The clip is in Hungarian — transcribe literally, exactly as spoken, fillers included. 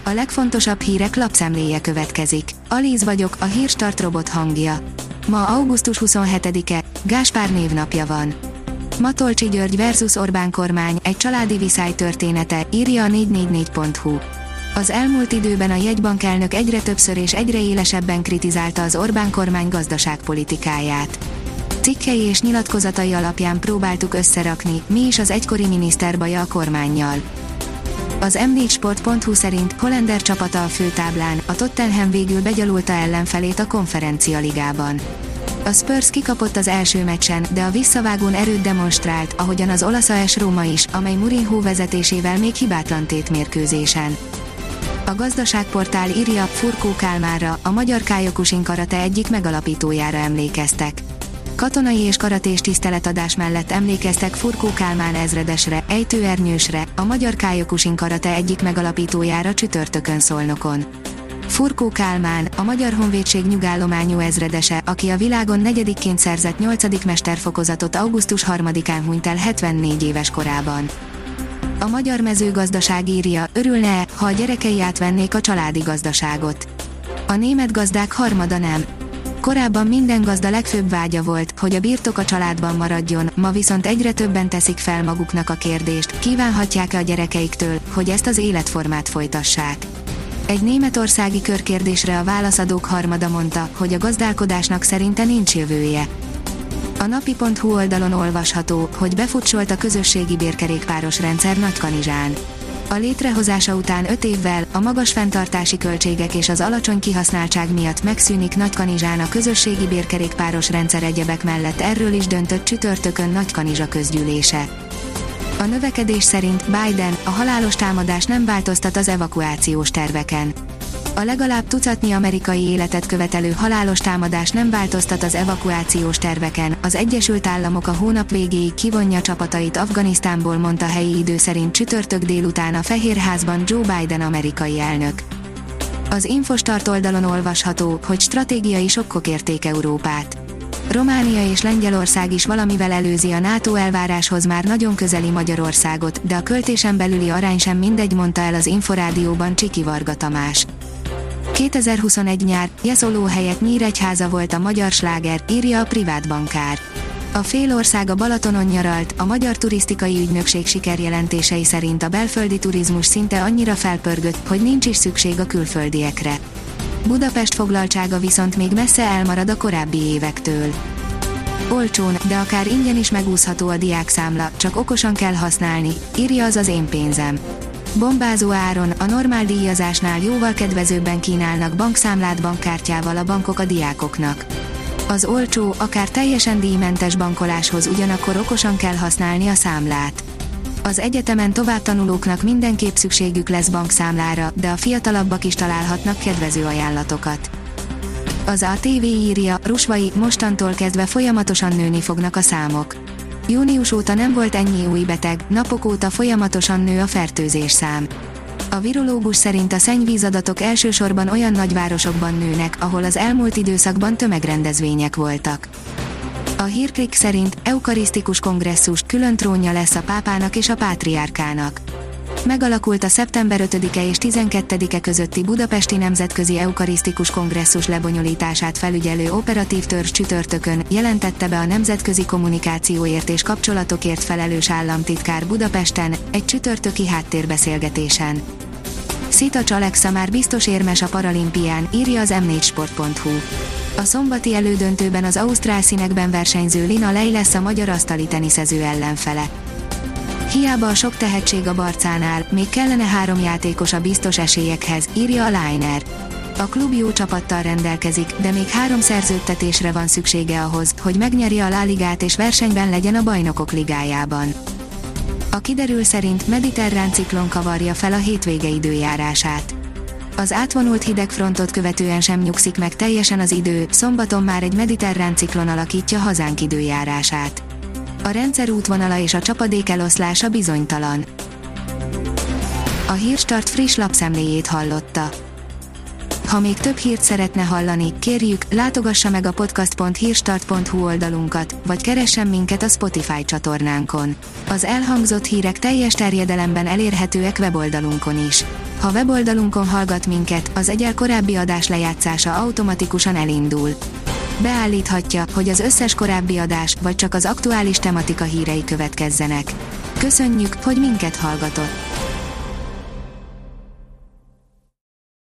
A legfontosabb hírek lapszemléje következik. Alíz vagyok, a Hírstart robot hangja. Ma augusztus huszonhetedike, Gáspár névnapja van. Matolcsi György versus Orbán kormány, egy családi viszály története, írja a négy négy négy pont hu. Az elmúlt időben a jegybank elnök egyre többször és egyre élesebben kritizálta az Orbán kormány gazdaságpolitikáját. Cikkei és nyilatkozatai alapján próbáltuk összerakni, mi is az egykori miniszter baja a kormánnyal. Az em négy sport pont hu szerint Hollander csapata a főtáblán, a Tottenham végül begyalulta ellenfelét a Konferencia Ligában. A Spurs kikapott az első meccsen, de a visszavágón erőt demonstrált, ahogyan az olasz á es Róma is, amely Mourinho vezetésével még hibátlan tétmérkőzésen. A gazdaságportál írja, Furkó Kálmánra, a magyar Kyokushin karate egyik megalapítójára emlékeztek. Katonai és karatés tiszteletadás mellett emlékeztek Furkó Kálmán ezredesre, ejtőernyősre, a magyar Kyokushin karate egyik megalapítójára csütörtökön Szolnokon. Furkó Kálmán, a Magyar Honvédség nyugállományú ezredese, aki a világon negyedikként szerzett nyolcadik mesterfokozatot augusztus harmadikán hunyt el hetvennégy éves korában. A Magyar Mezőgazdaság írja, örülne, ha a gyerekei átvennék a családi gazdaságot. A német gazdák harmada nem. Korábban minden gazda legfőbb vágya volt, hogy a birtok a családban maradjon, ma viszont egyre többen teszik fel maguknak a kérdést, kívánhatják-e a gyerekeiktől, hogy ezt az életformát folytassák. Egy németországi körkérdésre a válaszadók harmada mondta, hogy a gazdálkodásnak szerinte nincs jövője. A napi pont hu oldalon olvasható, hogy befutsolt a közösségi bérkerékpáros rendszer Nagykanizsán. A létrehozása után öt évvel, a magas fenntartási költségek és az alacsony kihasználtság miatt megszűnik Nagykanizsán a közösségi bérkerékpáros rendszer, egyebek mellett erről is döntött csütörtökön Nagykanizsa közgyűlése. A növekedés szerint Biden, a halálos támadás nem változtat az evakuációs terveken. A legalább tucatnyi amerikai életet követelő halálos támadás nem változtat az evakuációs terveken, az Egyesült Államok a hónap végéig kivonja csapatait Afganisztánból, mondta helyi idő szerint csütörtök délután a Fehérházban Joe Biden amerikai elnök. Az Infostart oldalon olvasható, hogy stratégiai sokkok érték Európát. Románia és Lengyelország is valamivel előzi a NATO elváráshoz már nagyon közeli Magyarországot, de a költésen belüli arány sem mindegy, mondta el az Inforádióban Csiki Varga Tamás. kétezer-huszonegy nyár, Jeszoló helyett Nyíregyháza volt a magyar sláger, írja a privát bankár. A fél ország a Balatonon nyaralt, a Magyar Turisztikai Ügynökség sikerjelentései szerint a belföldi turizmus szinte annyira felpörgött, hogy nincs is szükség a külföldiekre. Budapest foglaltsága viszont még messze elmarad a korábbi évektől. Olcsón, de akár ingyen is megúszható a diákszámla, csak okosan kell használni, írja az az Én pénzem. Bombázó áron, a normál díjazásnál jóval kedvezőbben kínálnak bankszámlát bankkártyával a bankok a diákoknak. Az olcsó, akár teljesen díjmentes bankoláshoz ugyanakkor okosan kell használni a számlát. Az egyetemen továbbtanulóknak mindenképp szükségük lesz bankszámlára, de a fiatalabbak is találhatnak kedvező ajánlatokat. Az á té vé írja, Rusvai, mostantól kezdve folyamatosan nőni fognak a számok. Június óta nem volt ennyi új beteg, napok óta folyamatosan nő a fertőzés szám. A virológus szerint a szennyvízadatok elsősorban olyan nagyvárosokban nőnek, ahol az elmúlt időszakban tömegrendezvények voltak. A Hírklik szerint eukarisztikus kongresszus, külön trónja lesz a pápának és a pátriárkának. Megalakult a szeptember ötödike és tizenkettedike közötti Budapesti Nemzetközi Eukarisztikus Kongresszus lebonyolítását felügyelő operatív törzs csütörtökön, jelentette be a nemzetközi kommunikációért és kapcsolatokért felelős államtitkár Budapesten, egy csütörtöki háttérbeszélgetésen. Szitas Alexa már biztos érmes a paralimpián, írja az em négy sport pont hu. A szombati elődöntőben az ausztrál színekben versenyző Lina Ley lesz a magyar asztali teniszező ellenfele. Hiába a sok tehetség a Barcánál, még kellene három játékos a biztos esélyekhez, írja a Liner. A klub jó csapattal rendelkezik, de még három szerződtetésre van szüksége ahhoz, hogy megnyerje a La Ligát és versenyben legyen a Bajnokok Ligájában. A kiderül szerint mediterrán ciklon kavarja fel a hétvége időjárását. Az átvonult hidegfrontot követően sem nyugszik meg teljesen az idő, szombaton már egy mediterrán ciklon alakítja hazánk időjárását. A rendszer útvonala és a csapadék eloszlása bizonytalan. A Hírstart friss lapszemléjét hallotta. Ha még több hírt szeretne hallani, kérjük, látogassa meg a podcast pont hírstart pont hu oldalunkat, vagy keressen minket a Spotify csatornánkon. Az elhangzott hírek teljes terjedelemben elérhetőek weboldalunkon is. Ha weboldalunkon hallgat minket, az egyel korábbi adás lejátszása automatikusan elindul. Beállíthatja, hogy az összes korábbi adás, vagy csak az aktuális tematika hírei következzenek. Köszönjük, hogy minket hallgatott!